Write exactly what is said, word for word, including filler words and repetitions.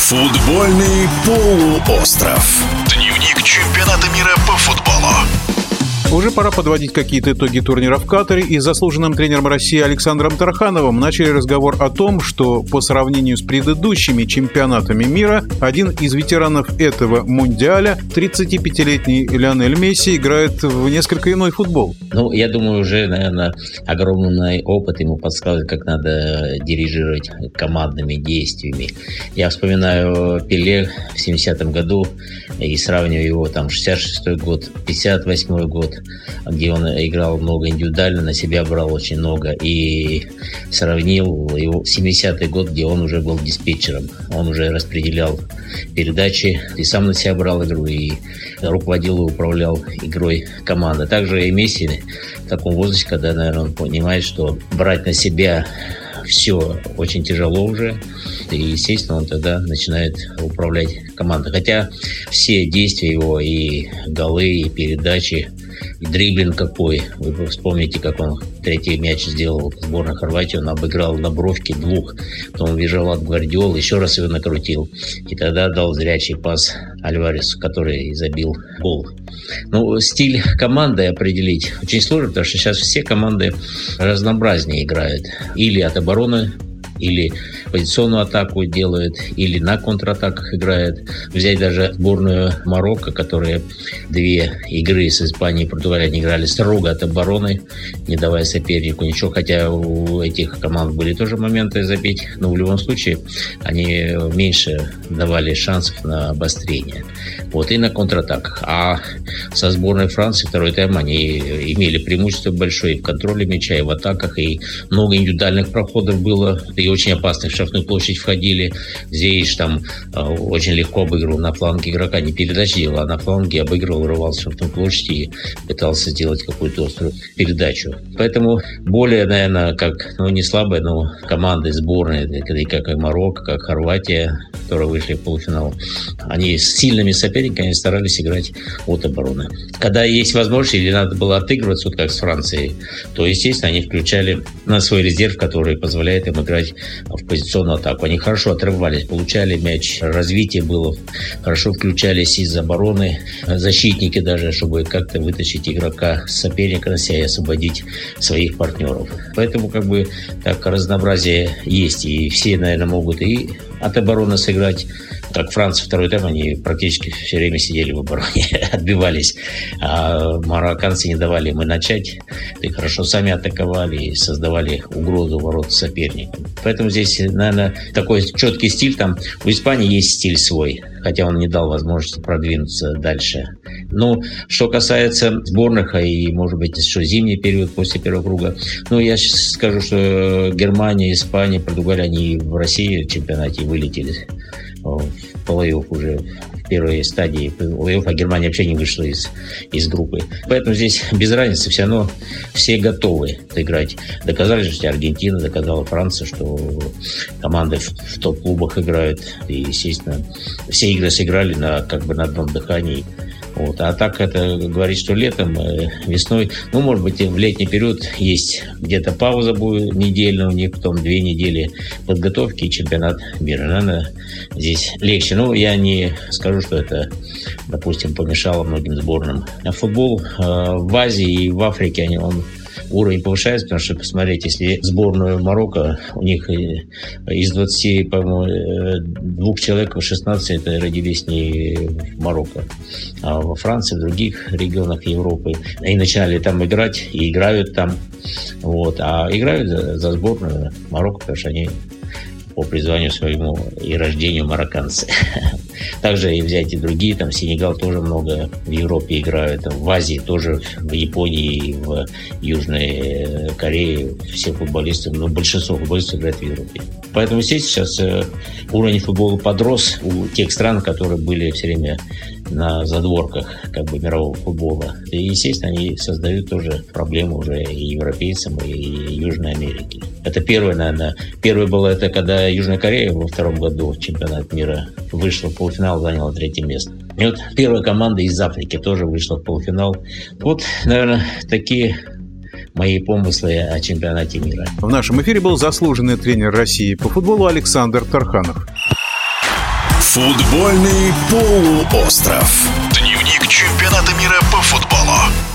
Футбольный полуостров. Дневник чемпионата мира по футболу. Уже пора подводить какие-то итоги турнира в Катаре, и с заслуженным тренером России Александром Тархановым начали разговор о том, что по сравнению с предыдущими чемпионатами мира, один из ветеранов этого мундиаля, тридцатипятилетний Лионель Месси, играет в несколько иной футбол. Ну, я думаю, уже, наверное, огромный опыт ему подсказывает, как надо дирижировать командными действиями. Я вспоминаю Пеле в семидесятом году и сравниваю его там шестьдесят шестой год, пятьдесят восьмой год, где он играл много индивидуально, на себя брал очень много, и сравнил его семидесятый год, где он уже был диспетчером. Он уже распределял передачи и сам на себя брал игру, и руководил и управлял игрой команды. Также и Месси в таком возрасте, когда, наверное, он понимает, что брать на себя все очень тяжело уже, и, естественно, он тогда начинает управлять командой. Хотя все действия его, и голы, и передачи, и дриблинг какой. Вы вспомните, как он третий мяч сделал в сборной Хорватии. Он обыграл на бровке двух. Потом бежал от Гвардиолы, еще раз его накрутил. И тогда дал зрячий пас Альваресу, который забил гол. Ну, стиль команды определить очень сложно, потому что сейчас все команды разнообразнее играют. Или от обороны, или позиционную атаку делают, или на контратаках играют. Взять даже сборную Марокко, которые две игры с Испанией и Португалией они играли строго от обороны, не давая сопернику ничего, хотя у этих команд были тоже моменты забить, но в любом случае они меньше давали шансов на обострение. Вот, и на контратаках. А со сборной Франции второй тайм они имели преимущество большое и в контроле мяча, и в атаках, и много индивидуальных проходов было, и очень опасных. В штрафную площадь входили. Здесь там э, очень легко обыгрывал на фланге игрока. Не передачи делал, а на фланге обыгрывал, врывался в штрафную площадь и пытался сделать какую-то острую передачу. Поэтому более, наверное, как, ну, не слабая, но команды сборные, как и Марокко, как Хорватия, которые вышли в полуфинал, они с сильными соперниками старались играть от обороны. Когда есть возможность или надо было отыгрываться, вот как с Францией, то, естественно, они включали на свой резерв, который позволяет им играть в позиционную атаку. Они хорошо отрывались, получали мяч, развитие было, хорошо включались из обороны, защитники даже, чтобы как-то вытащить игрока с соперника на себя и освободить своих партнеров. Поэтому как бы так разнообразие есть, и все, наверное, могут и от обороны сыграть. Как Франция второй тайм, они практически все время сидели в обороне, отбивались. А марокканцы не давали им и начать. И хорошо сами атаковали и создавали угрозу ворот соперникам. Поэтому здесь, наверное, такой четкий стиль. Там у Испании есть стиль свой, хотя он не дал возможности продвинуться дальше. Но что касается сборных, и, может быть, еще зимний период после первого круга, ну, я сейчас скажу, что Германия, Испания, Португалия, они в России в чемпионате вылетели в плей-офф уже в первой стадии плей-офф, а Германия вообще не вышла из, из группы. Поэтому здесь без разницы, все равно все готовы играть. Доказали же, что Аргентина, доказала Франция, что команды в, в топ-клубах играют. И, естественно, все игры сыграли на, как бы на одном дыхании. Вот. А так это говорит, что летом, весной, ну, может быть, в летний период есть где-то пауза будет недельная у них, потом две недели подготовки и чемпионат мира. Наверное, здесь легче. Но я не скажу, что это, допустим, помешало многим сборным. А футбол в Азии и в Африке они, он уровень повышается, потому что, посмотрите, если сборную Марокко, у них из двадцати, по-моему, двух человек, шестнадцать это родились не в Марокко, а во Франции, в других регионах Европы. И начинали там играть, и играют там. Вот. А играют за, за сборную Марокко, потому что они по призванию своему и рождению марокканцы. Также и взять и другие, там Сенегал тоже много в Европе играют, в Азии тоже, в Японии, в Южной Корее все футболисты, ну, большинство футболистов играет в Европе. Поэтому здесь сейчас уровень футбола подрос у тех стран, которые были все время на задворках как бы мирового футбола. И, естественно, они создают тоже проблемы уже и европейцам, и Южной Америке. Это первое, наверное. Первое было это, когда Южная Корея во втором году в чемпионат мира вышла в полуфинал, заняла третье место. И вот первая команда из Африки тоже вышла в полуфинал. Вот, наверное, такие мои помыслы о чемпионате мира. В нашем эфире был заслуженный тренер России по футболу Александр Тарханов. Футбольный полуостров. Дневник чемпионата мира по футболу.